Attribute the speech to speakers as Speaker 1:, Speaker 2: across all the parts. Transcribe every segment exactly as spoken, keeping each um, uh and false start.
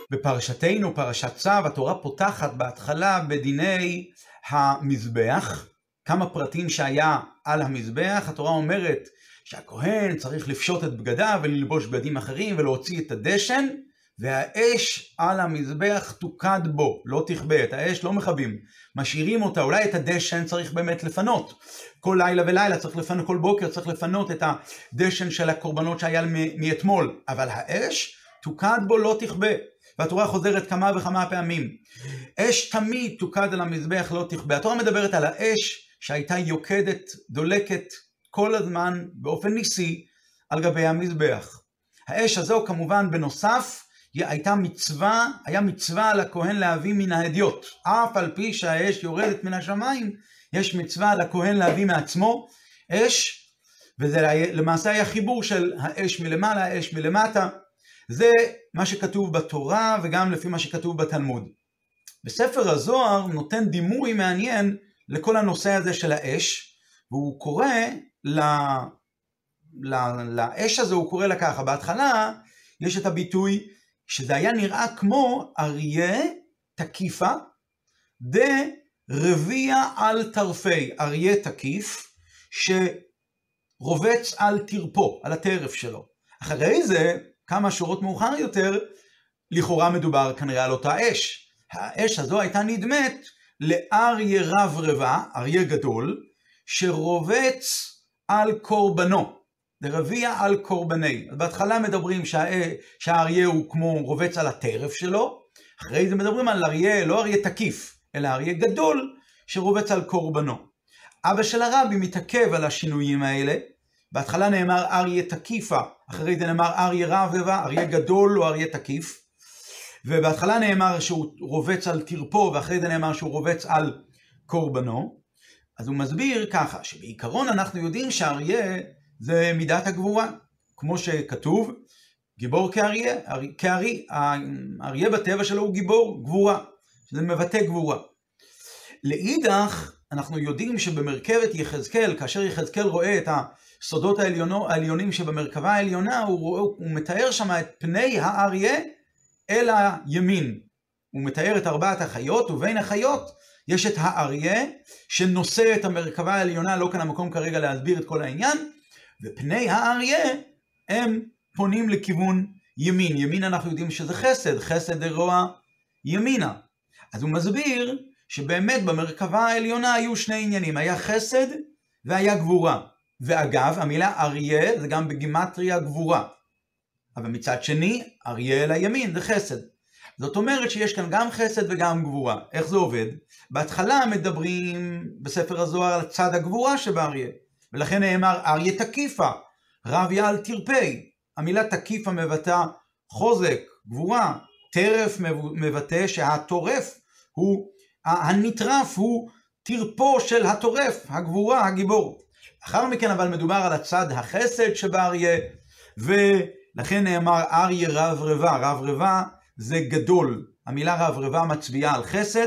Speaker 1: בפרשתנו, פרשת צו, התורה פותחת בהתחלה בדיני המזבח, כמה פרטים שהיה על המזבח. התורה אומרת שהכהן צריך לפשוט את בגדיו וללבוש בגדים אחרים ולהוציא את הדשן, והאש על המזבח תוקד בו, לא תכבה, את האש לא מכבים, משאירים אותה. אולי את הדשן צריך באמת לפנות, כל לילה ולילה צריך לפנות, כל בוקר צריך לפנות את הדשן של הקורבנות שהיה מאתמול, אבל האש תוקד בו, לא תכבה. והתורה חוזרת כמה וכמה פעמים, אש תמיד תוקד על המזבח, לא תכבה. התורה מדברת על האש שהייתה יוקדת, דולקת כל הזמן באופן ניסי על גבי המזבח. האש הזו כמובן בנוסף הייתה מצווה, היה מצווה על הכהן להביא מן ההדיוט. אף על פי שהאש יורדת מן השמיים, יש מצווה על הכהן להביא מעצמו אש, וזה למעשה היה חיבור של האש מלמעלה, האש מלמטה. זה מה שכתוב בתורה וגם לפי מה שכתוב בתלמוד. בספר הזוהר נותן דימוי מעניין לכל הנושא הזה של האש, והוא קורא ל... ל... לאש הזה, הוא קורא לה ככה. בהתחלה יש את הביטוי שזה היה נראה כמו אריה תקיפה דרביע על טרפי, אריה תקיף שרובץ על טרפו, על הטרף שלו. אחרי זה, כמה שורות מאוחר יותר, לכאורה מדובר כנראה על אותה אש. האש הזו הייתה נדמת לאריה רב רבה, אריה גדול, שרובץ על קורבנו. דרביע על קורבני. אז בהתחלה מדברים שהאריה הוא כמו רובץ על הטרף שלו, אחרי זה מדברים על אריה, לא אריה תקיף, אלא אריה גדול שרובץ על קורבנו. אבא של הרבי מתעכב על השינויים האלה, בהתחלה נאמר אריה תקיפה, אחרי זה נאמר אריה רבבה, אריה גדול או אריה תקיף, ובהתחלה נאמר שהוא רובץ על טרפו, ואחרי זה נאמר שהוא רובץ על קורבנו. אז הוא מסביר ככה, שבעיקרון אנחנו יודעים שאריה זה מידת הגבורה, כמו שכתוב, גיבור כאריה, כארי, האריה בטבע שלו הוא גיבור, גבורה, שזה מבטא גבורה. לאידך, אנחנו יודעים שבמרכבת יחזקאל, כאשר יחזקאל רואה את הסודות העליונו, העליונים שבמרכבה העליונה, הוא, רואה, הוא מתאר שם את פני האריה אל הימין. הוא מתאר את ארבעת החיות, ובין החיות יש את האריה שנושא את המרכבה העליונה, לא כאן המקום כרגע להסביר את כל העניין, ופני האריה הם פונים לכיוון ימין. ימין אנחנו יודעים שזה חסד, חסד דרוע ימינה. אז הוא מסביר שבאמת במרכבה העליונה היו שני עניינים, היה חסד והיה גבורה. ואגב, המילה אריה זה גם בגימטריה גבורה. אבל מצד שני, אריה אל הימין זה חסד. זאת אומרת שיש כאן גם חסד וגם גבורה. איך זה עובד? בהתחלה מדברים בספר הזוהר על צד הגבורה שבאריה. ולכן נאמר אריה תקיפה, רביה על טרפי. המילה תקיפה מבטא חוזק, גבורה. טרף מבטא שהטורף הוא, הנטרף הוא טרפו של הטורף, הגבורה, הגיבור. אחר מכן אבל מדובר על הצד החסד שבאריה, ולכן נאמר אריה רב רבה. רב רבה זה גדול. המילה רב רבה מצביעה על חסד.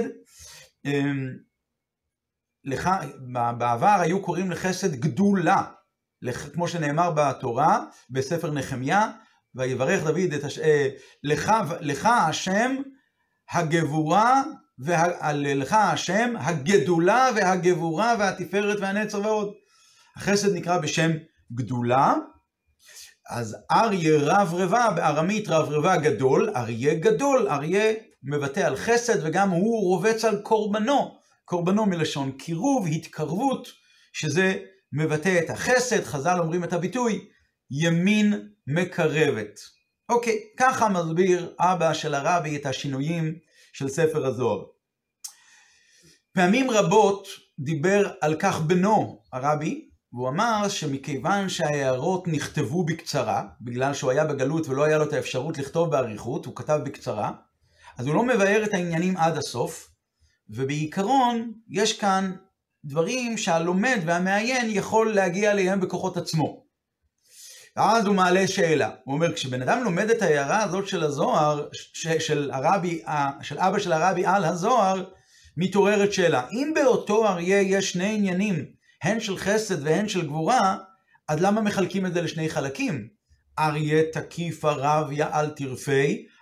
Speaker 1: לך, בעבר היו קוראים לחסד גדולה, כמו שנאמר בתורה, בספר נחמיה, ויברך דוד את הש... לך, לך השם הגבורה, וה... לך השם הגדולה והגבורה והתפארת והנצר ועוד. החסד נקרא בשם גדולה. אז אריה רב רבה, בארמית רב רבה גדול, אריה גדול, אריה מבטא על חסד, וגם הוא רובץ על קורבנו. קורבנו מלשון קירוב, התקרבות, שזה מבטא את החסד. חז"ל אומרים את הביטוי, ימין מקרבת. אוקיי, ככה מסביר אבא של הרבי את השינויים של ספר הזוהר. פעמים רבות דיבר על כך בנו הרבי, והוא אמר שמכיוון שההערות נכתבו בקצרה, בגלל שהוא היה בגלות ולא היה לו את האפשרות לכתוב באריכות, הוא כתב בקצרה, אז הוא לא מבאר את העניינים עד הסוף, ובעיקרון יש כאן דברים שהלומד והמעיין יכול להגיע אליהם בכוחות עצמו. ואז הוא מעלה שאלה, הוא אומר, כשבן אדם לומד את ההערה הזאת של הזוהר, של, הרבי, של אבא של הרבי על הזוהר, מתעוררת שאלה, אם באותו אריה יש שני עניינים, הן של חסד והן של גבורה, אז למה מחלקים את זה לשני חלקים? אריה תקיף רביה על טרפי,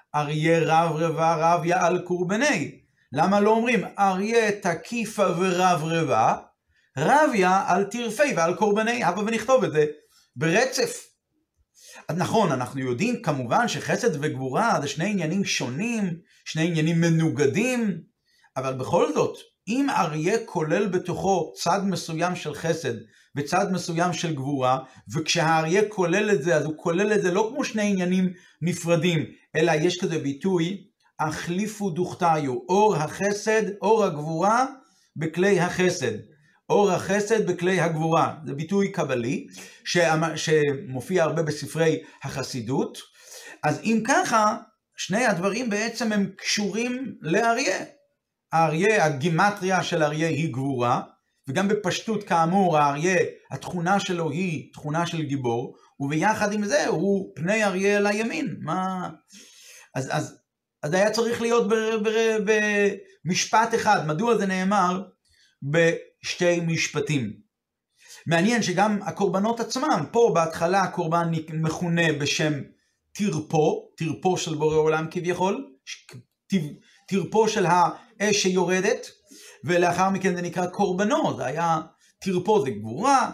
Speaker 1: אריה רב רבה רביה על קורבני? למה לא אומרים אריה תקיפה ורב רבה, רביה על טרפי ועל קורבני? הבה ונכתוב את זה ברצף. אז נכון, אנחנו יודעים כמובן שחסד וגבורה זה שני עניינים שונים, שני עניינים מנוגדים, אבל בכל זאת, אם אריה כולל בתוכו צד מסוים של חסד וצד מסוים של גבורה, וכשהאריה כולל את זה, אז הוא כולל את זה לא כמו שני עניינים נפרדים, אלא יש כזה ביטוי, החליפו דוכתיו, אור החסד, אור הגבורה בכלי החסד. אור החסד בכלי הגבורה. זה ביטוי קבלי, שמופיע הרבה בספרי החסידות. אז אם ככה, שני הדברים בעצם הם קשורים לאריה. האריה, הגימטריה של אריה היא גבורה, וגם בפשטות כאמור, האריה, התכונה שלו היא תכונה של גיבור, וביחד עם זה הוא פני אריה לימין. מה... אז, אז, אז היה צריך להיות במשפט אחד. מדוע זה נאמר בשתי משפטים? מעניין שגם הקורבנות עצמם, פה בהתחלה הקורבן מכונה בשם תרפו, תרפו של בורא עולם כביכול, תרפו של האש שיורדת, ולאחר מכן זה נקרא קורבנו. זה היה, תרפו זה גבורה,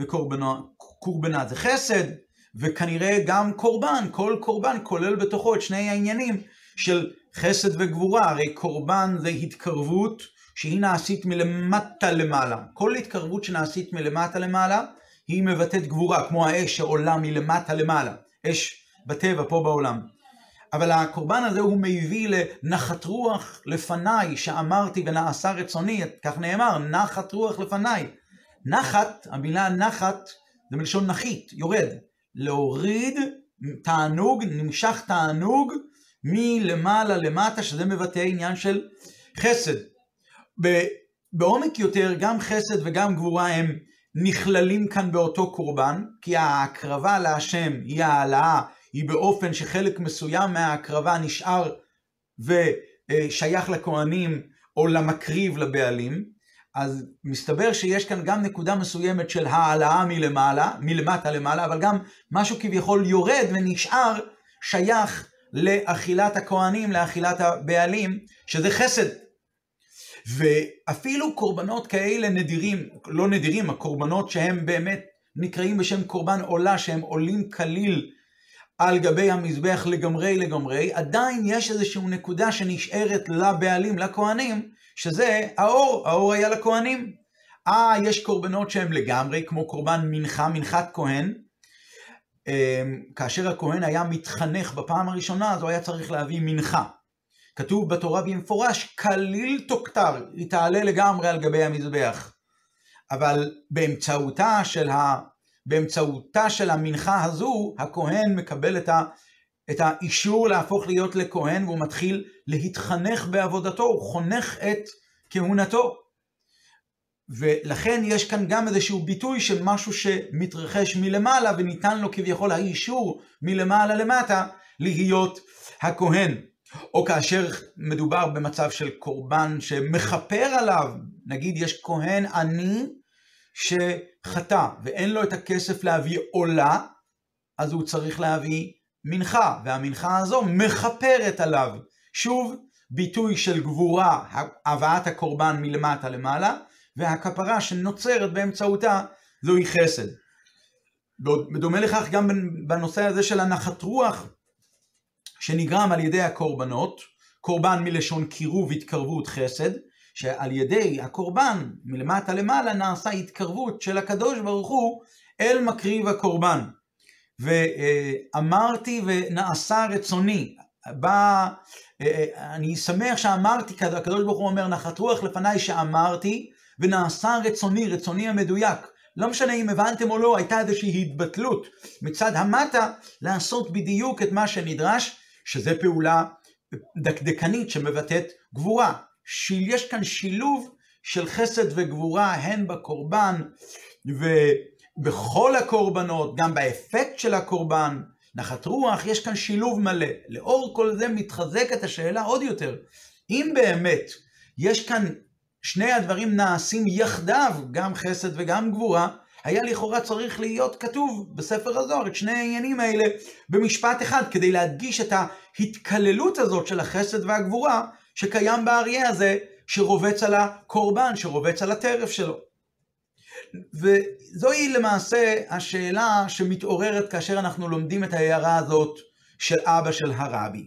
Speaker 1: וקורבנה זה חסד, וכנראה גם קורבן, כל קורבן כולל בתוכו את שני העניינים של חסד וגבורה. הרי קורבן זה התקרבות שהיא נעשית מלמטה למעלה. כל התקרבות שנעשית מלמטה למעלה היא מבטאת גבורה, כמו האש שעולה מלמטה למעלה, אש בטבע פה בעולם. אבל הקורבן הזה הוא מביא לנחת רוח לפניי, שאמרתי ונעשה רצוני, כך נאמר, נחת רוח לפניי. נחת, המילה נחת זה מלשון נחית, יורד. להוריד תענוג, נמשך תענוג מלמעלה למטה, שזה מבטא עניין של חסד. בעומק יותר, גם חסד וגם גבורה הם נכללים כאן באותו קורבן, כי ההקרבה להשם היא העלאה, היא באופן שחלק מסוים מההקרבה נשאר ושייך לכהנים או למקריב לבעלים. אז מסתבר שיש כאן גם נקודה מסוימת של העלאה מלמעלה, מלמטה למעלה, אבל גם משהו כביכול יורד ונשאר שייך לאכילת הכהנים, לאכילת הבעלים, שזה חסד. ואפילו קורבנות כאלה נדירים, לא נדירים, הקורבנות שהם באמת נקראים בשם קורבן עולה, שהם עולים כליל על גבי המזבח לגמרי לגמרי, עדיין יש איזושהי נקודה שנשארת לבעלים, לכהנים, שזה האור, האור היה לכהנים. אה, יש קורבנות שהם לגמרי, כמו קורבן מנחה, מנחת כהן, כאשר הכהן היה מתחנך בפעם הראשונה, אז הוא היה צריך להביא מנחה. כתוב בתורה במפורש, כליל תוקטר, היא תעלה לגמרי על גבי המזבח. אבל באמצעותה של, ה... באמצעותה של המנחה הזו, הכהן מקבל את, ה... את האישור להפוך להיות לכהן, והוא מתחיל להתחנך בעבודתו, הוא חונך את כהונתו. ולכן יש כאן גם איזשהו ביטוי של משהו שמתרחש מלמעלה, וניתן לו כביכול האישור מלמעלה למטה להיות הכהן. או כאשר מדובר במצב של קורבן שמחפר עליו, נגיד יש כהן עני שחטא ואין לו את הכסף להביא עולה, אז הוא צריך להביא מנחה, והמנחה הזו מחפרת עליו. שוב, ביטוי של גבורה, הבאת הקורבן מלמטה למעלה, והכפרה שנוצרת באמצעותה זוהי חסד. בדומה לכך גם בנושא הזה של הנחת רוח, שנגרם על ידי הקורבנות, קורבן מלשון קירוב, התקרבות, חסד, שעל ידי הקורבן מלמטה למעלה נעשה התקרבות של הקדוש ברוך הוא אל מקריב הקורבן. ואמרתי ונעשה רצוני. בא, אני שמח שאמרתי, הקדוש ברוך הוא אומר, נחת רוח לפניי שאמרתי ונעשה רצוני, רצוני המדויק. לא משנה אם הבנתם או לא, הייתה איזושהי התבטלות מצד המטה לעשות בדיוק את מה שנדרש, שזה פעולה דקדקנית שמבטאת גבורה. יש כאן שילוב של חסד וגבורה, הן בקורבן ובכל הקורבנות, גם באפקט של הקורבן, נחת רוח, יש כאן שילוב מלא. לאור כל זה מתחזקת השאלה עוד יותר. אם באמת יש כאן שני הדברים נעשים יחדיו, גם חסד וגם גבורה, היה לכאורה צריך להיות כתוב בספר הזוהר את שני העניינים האלה במשפט אחד, כדי להדגיש את ההתקללות הזאת של החסד והגבורה שקיים באריה הזה, שרובץ על הקורבן, שרובץ על הטרף שלו. וזוהי למעשה השאלה שמתעוררת כאשר אנחנו לומדים את ההערה הזאת של אבא של הרבי.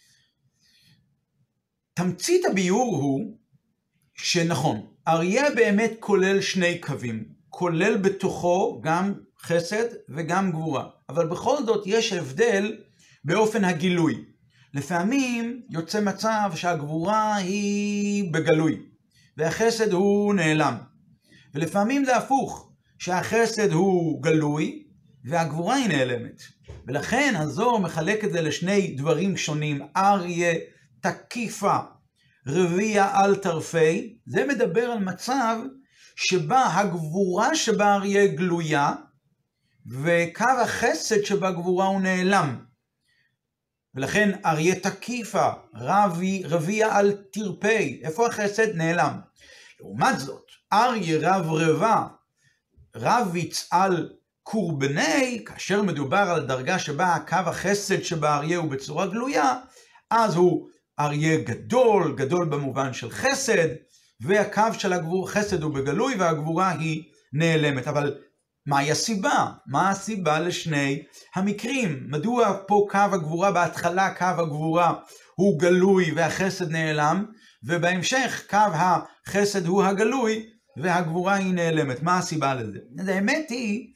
Speaker 1: תמצית הביאור הוא שנכון, אריה באמת כולל שני קווים, כולל בתוכו גם חסד וגם גבורה, אבל בכל זאת יש הבדל באופן הגילוי. לפעמים יוצא מצב שהגבורה היא בגלוי, והחסד הוא נעלם. ולפעמים זה הפוך, שהחסד הוא גלוי, והגבורה היא נעלמת. ולכן הזוהר מחלק את זה לשני דברים שונים, אריה תקיפה, רביע על טרפי. זה מדבר על מצב שבה הגבורה שבאריה גלויה, וקו החסד שבגבורה הוא נעלם. ולכן אריה תקיפה, רבי, רביע על טרפי. איפה החסד? נעלם. לעומת זאת, אריה רב רבה, רביץ על קורבני, כאשר מדובר על דרגה שבה קו החסד שבאריה הוא בצורה גלויה, אז הוא אריה גדול, גדול במובן של חסד, והקו של הגבור חסד הוא בגלוי והגבורה היא נעלמת. אבל מהי הסיבה? מה הסיבה לשני המקרים? מדוע פה קו הגבורה, בהתחלה קו הגבורה הוא גלוי והחסד נעלם, ובהמשך קו החסד הוא הגלוי והגבורה היא נעלמת? מה הסיבה לזה? האמת היא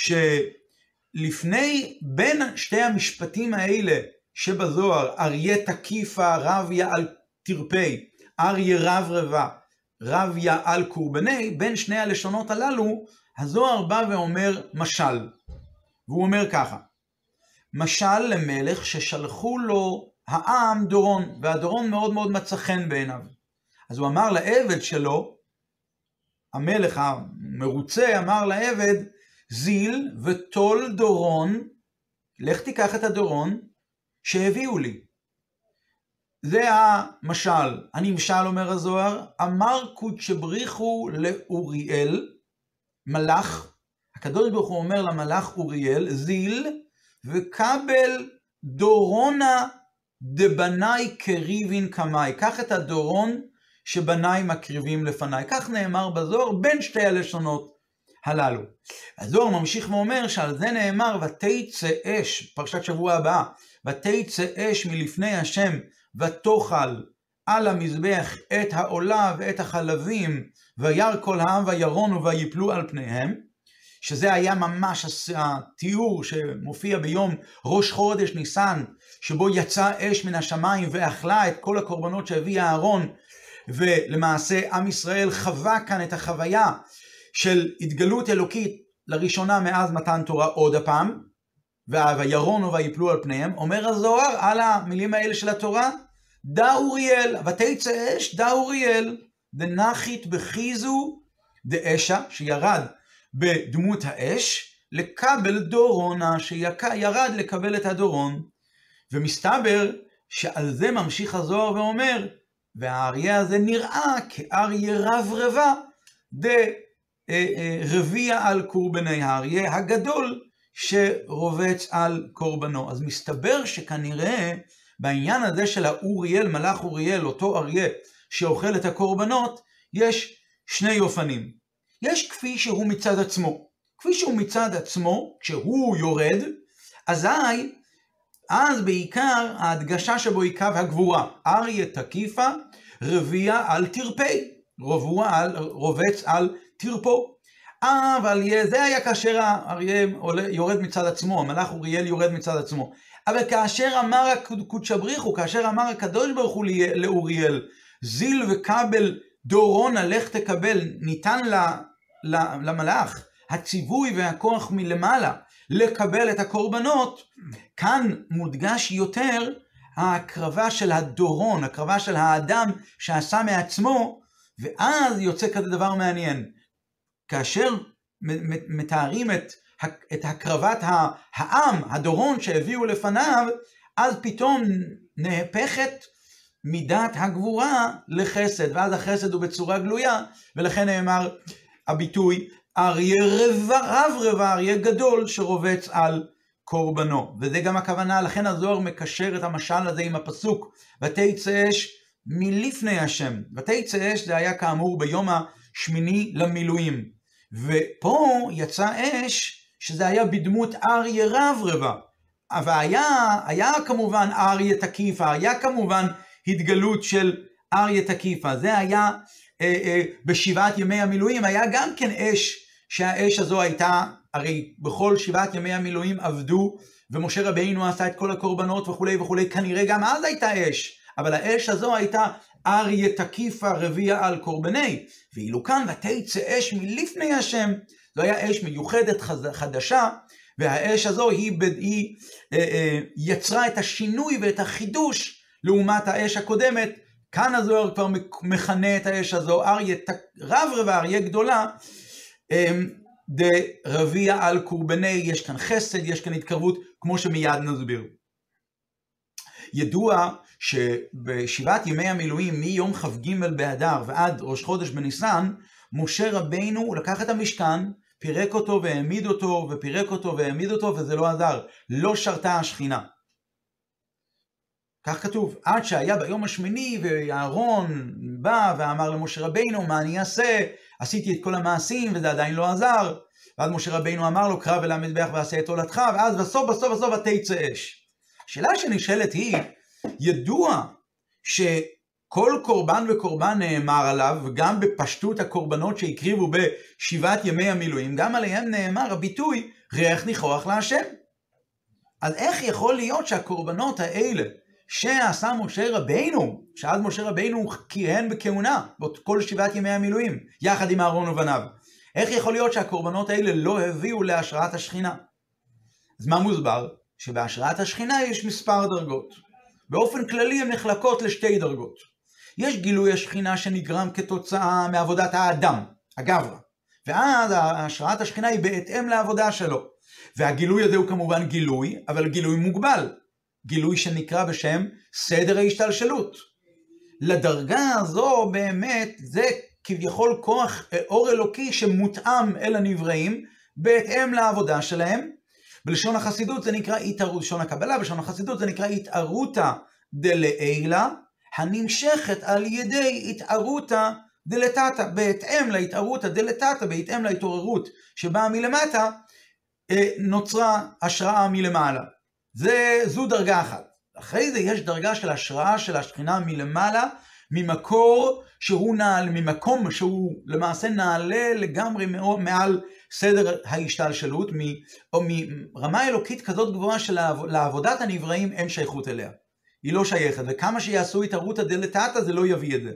Speaker 1: שלפני, בין שתי המשפטים האלה שבזוהר, אריה תקיפה, רביה על טרפי, אריה רב רבה, רביה על קורבני, בין שני הלשונות הללו, הזוהר בא ואומר משל. והוא אומר ככה, משל למלך ששלחו לו העם דורון, והדורון מאוד מאוד מצא חן בעיניו. אז הוא אמר לעבד שלו, המלך המרוצה אמר לעבד, זיל ותול דורון, לך תיקח את הדורון שהביאו לי. זה המשל. הנמשל, אומר הזוהר, אמר קודש בריחו לאוריאל, מלאך, הקדוש ברוך הוא אומר למלאך אוריאל, זיל וקבל דורונה דבני קריבין קמאי. קח את הדורון שבני מקריבים לפניי. כך נאמר בזוהר בין שתי הלשונות הללו. הזוהר ממשיך ואומר שעל זה נאמר ותצא אש, פרשת שבוע הבאה, ותצא אש מלפני השם ותאכל על המזבח את העולה ואת החלבים, וירא כל העם וירונו ויפלו על פניהם, שזה היה ממש התיאור שמופיע ביום ראש חודש ניסן, שבו יצא אש מן השמיים ואכלה את כל הקורבנות שהביא אהרון, ולמעשה עם ישראל חווה כאן את החוויה של התגלות אלוקית לראשונה מאז מתן תורה עוד הפעם, וירונו ויפלו על פניהם. אומר הזוהר על המילים האלה של התורה, דא אוריאל, ותצא אש, דא אוריאל, דנחית בחיזו דאשה, שירד בדמות האש, לקבל דורונה, שירד לקבל את הדורון. ומסתבר שעל זה ממשיך הזוהר ואומר, והאריה הזה נראה כאריה רב רבה, דרביע על קורבני, האריה הגדול שרובץ על קורבנו. אז מסתבר שכנראה בעניין הזה של האוריאל, מלאך אוריאל, אותו אריה שאוכל את הקורבנות, יש שני אופנים. יש כפי שהוא מצד עצמו. כפי שהוא מצד עצמו, כשהוא יורד, אזי, אז בעיקר ההדגשה שבו היא קו הגבורה. אריה תקיפה, רביע על טרפי, רבוע על, רובץ על טרפו. אבל זה היה כאשר האריה יורד מצד עצמו, המלאך אוריאל יורד מצד עצמו. אבל כאשר אמר קודש בריחו, כאשר אמר הקדוש ברוך הוא לאוריאל, זיל וקבל דורונה, לך תקבל, ניתן למלאך הציווי והכוח מלמעלה לקבל את הקורבנות, כאן מודגש יותר ההקרבה של הדורון, הקרבה של האדם שעשה מעצמו, ואז יוצא כזה דבר מעניין. כאשר מתארים את, את הקרבת העם, הדורון שהביאו לפניו, אז פתאום נהפכת מידת הגבורה לחסד, ואז החסד הוא בצורה גלויה, ולכן נאמר הביטוי אריה רבע, רב רבע, אריה גדול שרובץ על קורבנו. וזה גם הכוונה, לכן הזוהר מקשר את המשל הזה עם הפסוק, ותצא אש מלפני השם. ותצא אש זה היה כאמור ביום השמיני למילואים. ופה יצא אש, שזה היה בדמות אריה רב רבע. אבל היה, היה כמובן אריה תקיפה, היה כמובן התגלות של אריה תקיפה. זה היה אה, אה, בשבעת ימי המילואים, היה גם כן אש, שהאש הזו הייתה, הרי בכל שבעת ימי המילואים עבדו, ומשה רבינו עשה את כל הקורבנות וכו' וכו', כנראה גם אז הייתה אש, אבל האש הזו הייתה אריה תקיפה רביע על קורבני, ואילו כאן ותצא אש מלפני השם, זו היה אש מיוחדת חדשה, והאש הזו היא, היא אה, אה, יצרה את השינוי ואת החידוש לעומת האש הקודמת. כאן הזוהר כבר מכנה את האש הזו אריה רב רבע, אריה גדולה, אה, דרביע על קורבני. יש כאן חסד, יש כאן התקרבות, כמו שמיד נסביר. ידוע שבשבעת ימי המילואים, מיום כ"ג באדר ועד ראש חודש בניסן, משה רבינו הוא לקח את המשכן, פירק אותו והעמיד אותו, ופירק אותו והעמיד אותו, וזה לא עזר. לא שרתה השכינה. כך כתוב, עד שהיה ביום השמיני, ואהרון בא ואמר למשה רבינו, מה אני אעשה? עשיתי את כל המעשים, וזה עדיין לא עזר. ואז משה רבינו אמר לו, קרב אל המזבח ועשה את הולדתך, ואז בסוף בסוף בסוף ותצא אש. השאלה שנשאלת היא, ידוע שכל קורבן וקורבן נאמר עליו, וגם בפשטות הקורבנות שהקריבו בשבעת ימי המילואים, גם עליהם נאמר הביטוי, ריח ניחוח להשם. אז איך יכול להיות שהקורבנות האלה, שעשה משה רבינו, שאז משה רבינו כיהן בכהונה, כל שבעת ימי המילואים, יחד עם אהרון ובניו, איך יכול להיות שהקורבנות האלה לא הביאו להשראת השכינה? אז מה מוסבר? שבהשראת השכינה יש מספר דרגות. באופן כללי הן נחלקות לשתי דרגות. יש גילוי השכינה שנגרם כתוצאה מעבודת האדם, הגברא. ואז השראת השכינה היא בהתאם לעבודה שלו. והגילוי הזה הוא כמובן גילוי, אבל גילוי מוגבל. גילוי שנקרא בשם סדר ההשתלשלות. לדרגה הזו באמת זה כביכול כוח אור אלוקי שמותאם אל הנבראים בהתאם לעבודה שלהם. בלשון החסידות זה נקרא התערות, לשון הקבלה, בלשון החסידות זה נקרא התערותא דלעילא, הנמשכת על ידי התערותא דלתתא, בהתאם להתערותא דלתתא, בהתאם להתעוררות שבאה מלמטה, נוצרה השראה מלמעלה. זה, זו דרגה אחת. אחרי זה יש דרגה של השראה של השכינה מלמעלה, ממקור שהוא נעל, ממקום שהוא למעשה נעלה לגמרי מעל סדר ההשתלשלות, או מרמה אלוקית כזאת גבוהה שלעבודת הנבראים אין שייכות אליה. היא לא שייכת, וכמה שיעשו התערותא דלתתא זה לא יביא את זה.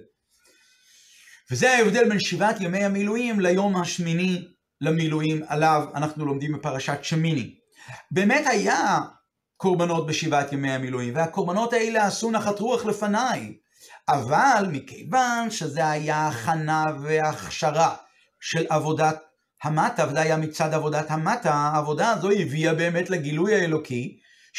Speaker 1: וזה ההבדל בין שבעת ימי המילואים ליום השמיני למילואים, עליו אנחנו לומדים בפרשת שמיני. באמת היה קורבנות בשבעת ימי המילואים, והקורבנות האלה עשו נחת רוח לפניי, אבל מכיוון שזה היה הכנה והכשרה של עבודת המטה, וזה היה מצד עבודת המטה, העבודה הזו הביאה באמת לגילוי האלוקי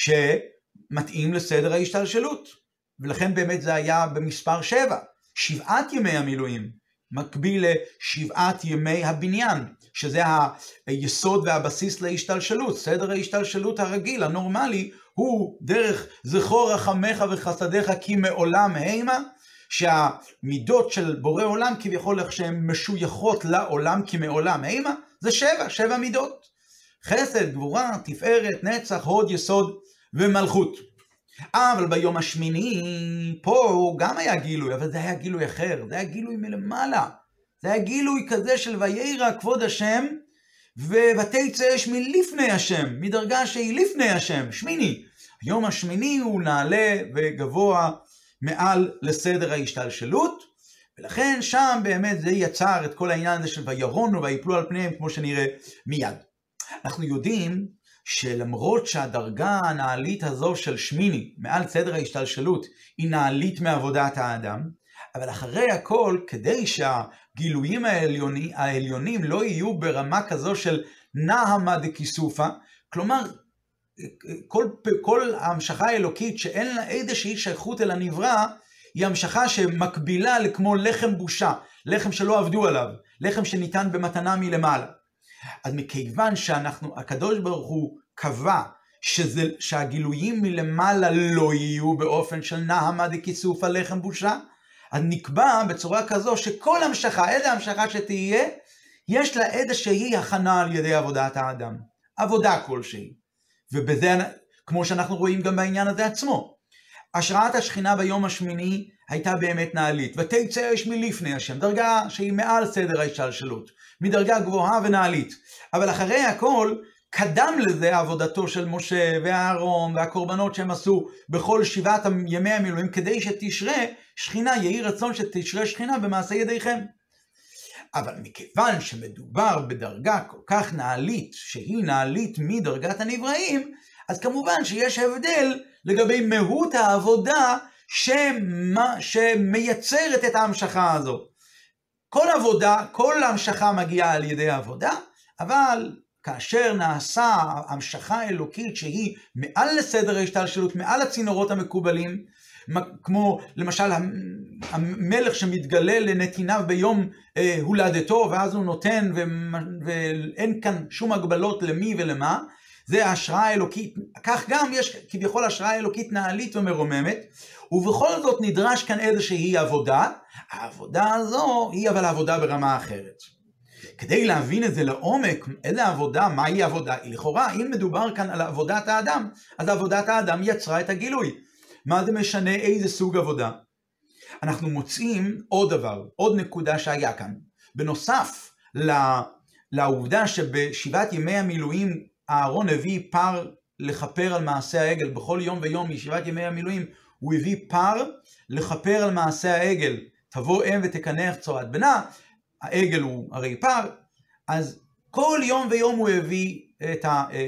Speaker 1: שמתאים לסדר ההשתלשלות. ולכן באמת זה היה במספר שבע, שבעת ימי המילואים, מקביל לשבעת ימי הבניין, שזה היסוד והבסיס להשתלשלות. סדר ההשתלשלות הרגיל, הנורמלי, הוא דרך זכור רחמך וחסדיך כי מעולם המה, שהמידות של בורא עולם כביכול איך שהן משויכות לעולם כי מעולם המה, זה שבע, שבע מידות. חסד, גבורה, תפארת, נצח, הוד, יסוד ומלכות. אבל ביום השמיני, פה גם היה גילוי, אבל זה היה גילוי אחר, זה היה גילוי מלמעלה. זה היה גילוי כזה של ויירא כבוד השם, ותצא אש מלפני השם, מדרגה שהיא לפני השם, שמיני. היום השמיני הוא נעלה וגבוה מעל לסדר ההשתלשלות, ולכן שם באמת זה יצר את כל העניין הזה של וירונו ויפלו על פניהם, כמו שנראה מיד. אנחנו יודעים שלמרות שהדרגה הנעלית הזו של שמיני, מעל סדר ההשתלשלות, היא נעלית מעבודת האדם, אבל אחרי הכל, כדי שהגילויים העליונים, העליונים לא יהיו ברמה כזו של נהמה דקיסופה, כלומר, כל, כל המשכה האלוקית שאין לה איזושהי שייכות אל הנברא, היא המשכה שמקבילה לכמו לחם בושה, לחם שלא עבדו עליו, לחם שניתן במתנה מלמעלה. אז מכיוון שאנחנו, הקדוש ברוך הוא קבע שזה, שהגילויים מלמעלה לא יהיו באופן של נעמה דכיסוף הלחם בושה, אז נקבע בצורה כזו שכל המשכה, איזה המשכה שתהיה, יש לה איזושהי הכנה על ידי עבודת האדם. עבודה כלשהי. ובזה, כמו שאנחנו רואים גם בעניין הזה עצמו, השראת השכינה ביום השמיני הייתה באמת נעלית. ותצא אש מלפני השם, דרגה שהיא מעל סדר ההשתלשלות, מדרגה גבוהה ונעלית. אבל אחרי הכל, קדם לזה עבודתו של משה והארון והקורבנות שהם עשו בכל שבעת ימי המילואים, כדי שתשרה שכינה, יהי רצון שתשרה שכינה במעשה ידיכם. אבל מכיוון שמדובר בדרגה כל כך נעלית, שהיא נעלית מדרגת הנבראים, אז כמובן שיש הבדל לגבי מהות העבודה שמה, שמייצרת את ההמשכה הזו. כל עבודה, כל המשכה מגיעה על ידי העבודה, אבל כאשר נעשה המשכה אלוקית שהיא מעל לסדר ההשתלשלות, מעל הצינורות המקובלים, כמו למשל המלך שמתגלה לנתיניו ביום אה, הולדתו, ואז הוא נותן ואין כאן שום הגבלות למי ולמה, זה ההשראה האלוקית. כך גם יש כביכול השראה אלוקית נעלית ומרוממת, ובכל זאת נדרש כאן איזושהי עבודה. העבודה הזו היא אבל עבודה ברמה אחרת. כדי להבין את זה לעומק, איזה עבודה, מהי עבודה? לכאורה, אם מדובר כאן על עבודת האדם, אז עבודת האדם יצרה את הגילוי. מה זה משנה איזה סוג עבודה? אנחנו מוצאים עוד דבר, עוד נקודה שהיה כאן. בנוסף לעובדה שבשבעת ימי המילואים אהרון הביא פר לכפר על מעשה העגל, בכל יום ויום משבעת ימי המילואים הוא הביא פר לכפר על מעשה העגל. תבוא אם ותקנח צואת בנה, העגל הוא הרי פר, אז כל יום ויום הוא הביא את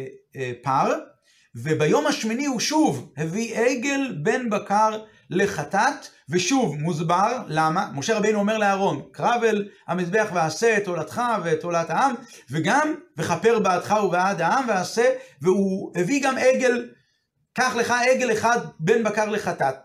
Speaker 1: הפר, וביום השמיני הוא שוב הביא עגל בן בקר לחטאת, ושוב מוסבר למה. משה רבינו אומר לאהרון, קרב אל המזבח ועשה את עולתך ואת עולת העם, וגם וכפר בעדך ובעד העם ועשה, והוא הביא גם עגל, קח לך עגל אחד בן בקר לחטאת.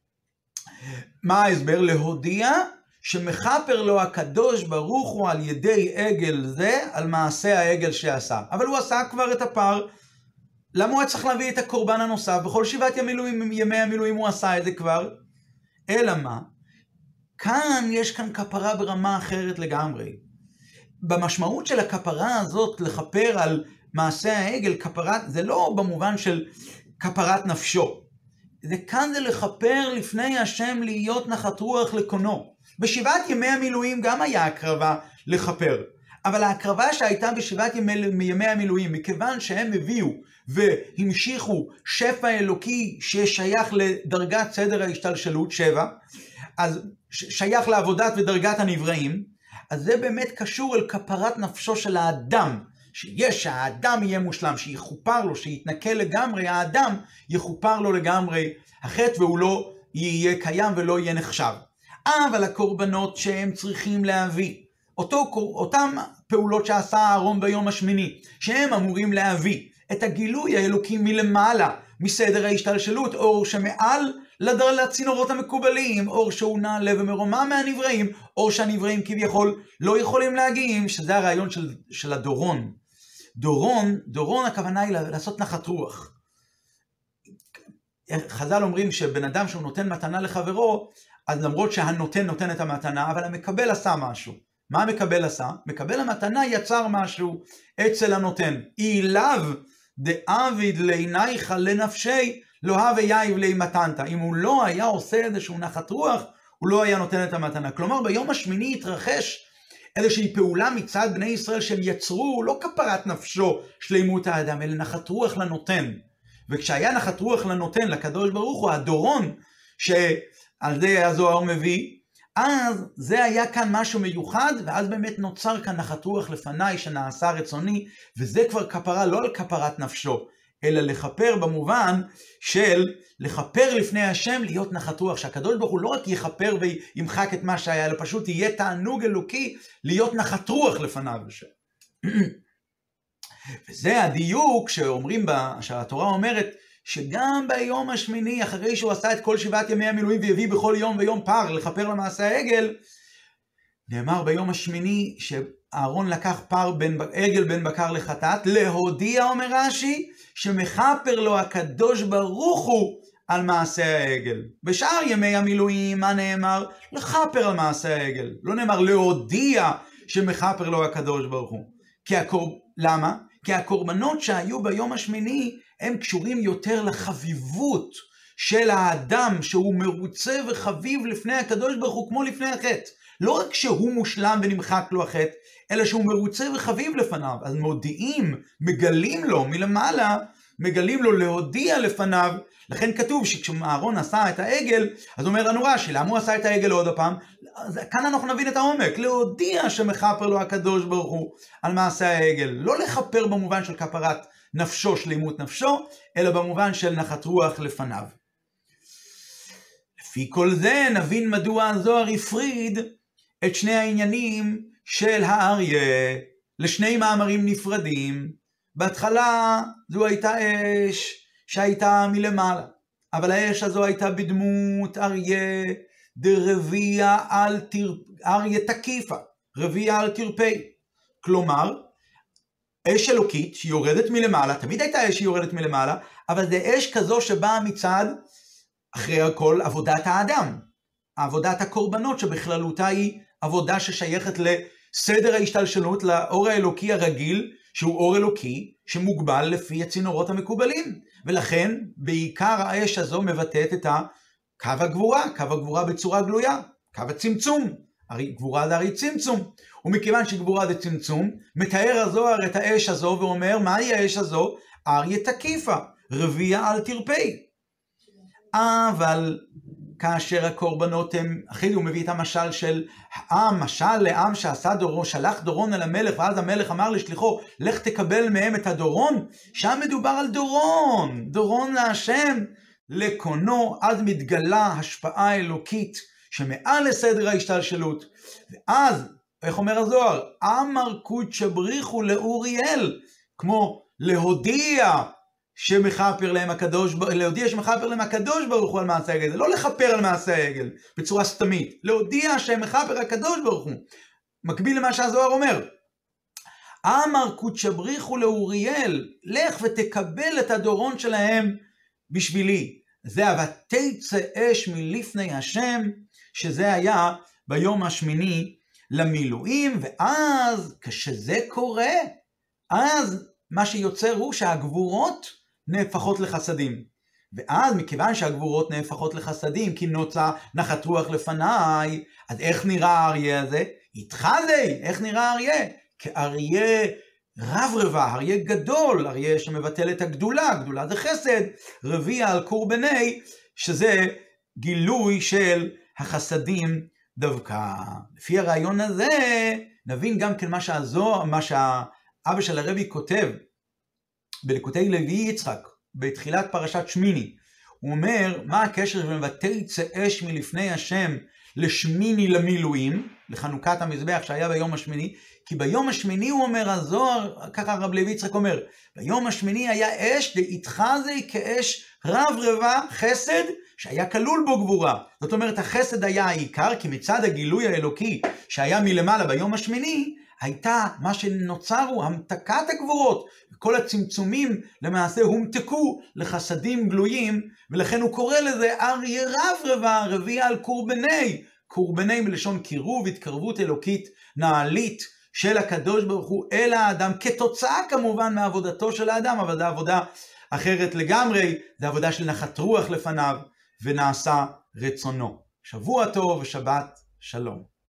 Speaker 1: מה ההסבר? להודיע שמחפר לו הקדוש ברוך הוא על ידי עגל זה על מעשה העגל שעשה. אבל הוא עשה כבר את הפר, למה הוא צריך להביא את הקורבן הנוסף? בכל שבעת המילואים, ימי המילואים הוא עשה את זה כבר. אלא מה? כאן יש כאן כפרה ברמה אחרת לגמרי. במשמעות של הכפרה הזאת לכפר על מעשה העגל, כפרה, זה לא במובן של כפרת נפשו. זה כאן זה לכפר לפני השם להיות נחת רוח לקונו. בשבעת ימי המילואים גם היה הקרבה לכפר. אבל ההקרבה שהייתה בשבעת ימי, ימי המילואים, מכיוון שהם הביאו והמשיכו שפע אלוקי ששייך לדרגת סדר ההשתלשלות, שבע, אז שייך לעבודת ודרגת הנבראים, אז זה באמת קשור אל כפרת נפשו של האדם, שיש שהאדם יהיה מושלם, שיחופר לו, שיתנקה לגמרי, האדם יחופר לו לגמרי החטא והוא לא יהיה קיים ולא יהיה נחשב. אבל הקורבנות שהם צריכים להביא, אותו, אותם פעולות שעשה אהרון ביום השמיני, שהם אמורים להביא את הגילוי האלוקי מלמעלה, מסדר ההשתלשלות, אור שמעל לצינורות המקובלים, אור שהוא נעלה ומרומם מהנבראים, אור שהנבראים כביכול לא יכולים להגיעים, שזה הרעיון של, של הדורון. דורון, דורון הכוונה היא לעשות נחת רוח. חז"ל אומרים שבן אדם שהוא נותן מתנה לחברו, אז למרות שהנותן נותן את המתנה, אבל המקבל עשה משהו. מה המקבל עשה? מקבל המתנה יצר משהו אצל הנותן. אילב דאביד לעינייך לנפשי, לא הווה יאיב לי מתנת. אם הוא לא היה עושה איזשהו נחת רוח, הוא לא היה נותן את המתנה. כלומר, ביום השמיני התרחש איזושהי פעולה מצד בני ישראל שהם יצרו לא כפרת נפשו שלימות האדם, אלא נחת רוח לנותן. וכשהיה נחת רוח לנותן, לקדוש ברוך הוא, הדורון, שעל זה הזוהר מביא, אז זה היה כאן משהו מיוחד, ואז באמת נוצר כאן נחת רוח לפניי שנעשה רצוני, וזה כבר כפרה לא על כפרת נפשו, אלא לכפר במובן של לכפר לפני השם, להיות נחת רוח, שהקדוש ברוך הוא לא רק יכפר וימחק את מה שהיה, אלא פשוט יהיה תענוג אלוקי להיות נחת רוח לפניו. וזה הדיוק שאומרים, שהתורה אומרת, שגם ביום השמיני, אחרי שהוא עשה את כל שבעת ימי המילואים והביא בכל יום ויום פר לכפר למעשה העגל, נאמר ביום השמיני אהרון לקח פר בן, עגל בן בקר לחטאת, להודיע, אומר רש"י, שמכפר לו הקדוש ברוך הוא על מעשה העגל. בשאר ימי המילואים, מה נאמר? לכפר על מעשה העגל. לא נאמר להודיע שמכפר לו הקדוש ברוך הוא. כי הקור... למה? כי הקורבנות שהיו ביום השמיני, הם קשורים יותר לחביבות של האדם שהוא מרוצה וחביב לפני הקדוש ברוך הוא כמו לפני החטא. לא רק שהוא מושלם ונמחק לו החטא, אלא שהוא מרוצה וחביב לפניו. אז מודיעים, מגלים לו מלמעלה, מגלים לו להודיע לפניו. לכן כתוב שכשאהרון עשה את העגל, אז אומר לנו רש"י, למה הוא עשה את העגל עוד הפעם? כאן אנחנו נבין את העומק, להודיע שמכפר לו הקדוש ברוך הוא על מעשה העגל. לא לכפר במובן של כפרת נפשו, שלימות נפשו, אלא במובן של נחת רוח לפניו. לפי כל זה נבין מדוע הזוהר הפריד את שני העניינים של האריה לשני מאמרים נפרדים. בהתחלה זו הייתה אש שהייתה מלמעלה, אבל האש הזו הייתה בדמות אריה דרביע על תר... אריה תקיפה, רביע על תרפי. כלומר, אש אלוקית שיורדת מלמעלה, תמיד הייתה אש שיורדת מלמעלה, אבל זה אש כזו שבאה מצד, אחרי הכל, עבודת האדם. עבודת הקורבנות שבכללותה היא עבודה ששייכת לסדר ההשתלשלות, לאור האלוקי הרגיל, שהוא אור אלוקי שמוגבל לפי הצינורות המקובלים. ולכן בעיקר האש הזו מבטאת את קו הגבורה, קו הגבורה בצורה גלויה, קו הצמצום. הרי גבורה זה הרי צמצום. ומכיוון שגבורה זה צמצום, מתאר הזוהר את האש הזו ואומר, מהי האש הזו? אריה תקיפה, רביע על תרפי. אבל כאשר הקורבנות הם, אחרי הוא מביא את המשל של העם, משל לעם שעשה דורון, שלח דורון אל המלך, ואז המלך אמר לשליחו, לך תקבל מהם את הדורון. שם מדובר על דורון, דורון להשם, לקונו, אז מתגלה השפעה אלוקית שמעל לסדר ההשתלשלות. ואז, איך אומר הזוהר? אמר קודשא בריחו לאוריאל, כמו להודיע שמכפר להם הקדוש, להודיע שמכפר להם הקדוש ברוך הוא על מעשה העגל, לא לכפר על מעשה העגל בצורה סתמית, להודיע שמכפר הקדוש ברוך הוא, מקביל למה שהזוהר אומר. אמר קודשא בריחו לאוריאל, לך ותקבל את הדורון שלהם בשבילי. זה ותצא אש מלפני השם, שזה היה ביום השמיני למילואים. ואז כשזה קורה, אז מה שיוצר הוא שהגבורות נהפכות לחסדים. ואז מכיוון שהגבורות נהפכות לחסדים, כי נוצא נחת רוח לפניי, אז איך נראה האריה הזה? התחזי, איך נראה האריה? כאריה רב רבה, אריה גדול, אריה שמבטל את הגדולה, גדולה זה חסד, רביע על קורבני, שזה גילוי של החסדים דווקא. לפי הרעיון הזה, נבין גם כן מה שהזוהר, מה שהאבא של הרבי כותב, בליקוטי לוי יצחק, בתחילת פרשת שמיני. הוא אומר, מה הקשר בין ותצא אש מלפני השם לשמיני למילואים, לחנוכת המזבח שהיה ביום השמיני, כי ביום השמיני הוא אומר הזוהר, ככה הרב לוי יצחק אומר, ביום השמיני היה אש דאיתחזי כאש רב רבה חסד, שהיה כלול בו גבורה. זאת אומרת, החסד היה העיקר, כי מצד הגילוי האלוקי שהיה מלמעלה ביום השמיני, הייתה מה שנוצר הוא המתקת הגבורות, וכל הצמצומים למעשה הומתקו לחסדים גלויים, ולכן הוא קורא לזה אריה רב רבה, רביע על קורבני, קורבני מלשון קירוב, התקרבות אלוקית נעלית של הקדוש ברוך הוא אל האדם, כתוצאה כמובן מעבודתו של האדם, אבל זו עבודה אחרת לגמרי, זו עבודה של נחת רוח לפניו, ונעשה רצונו. שבוע טוב ושבת שלום.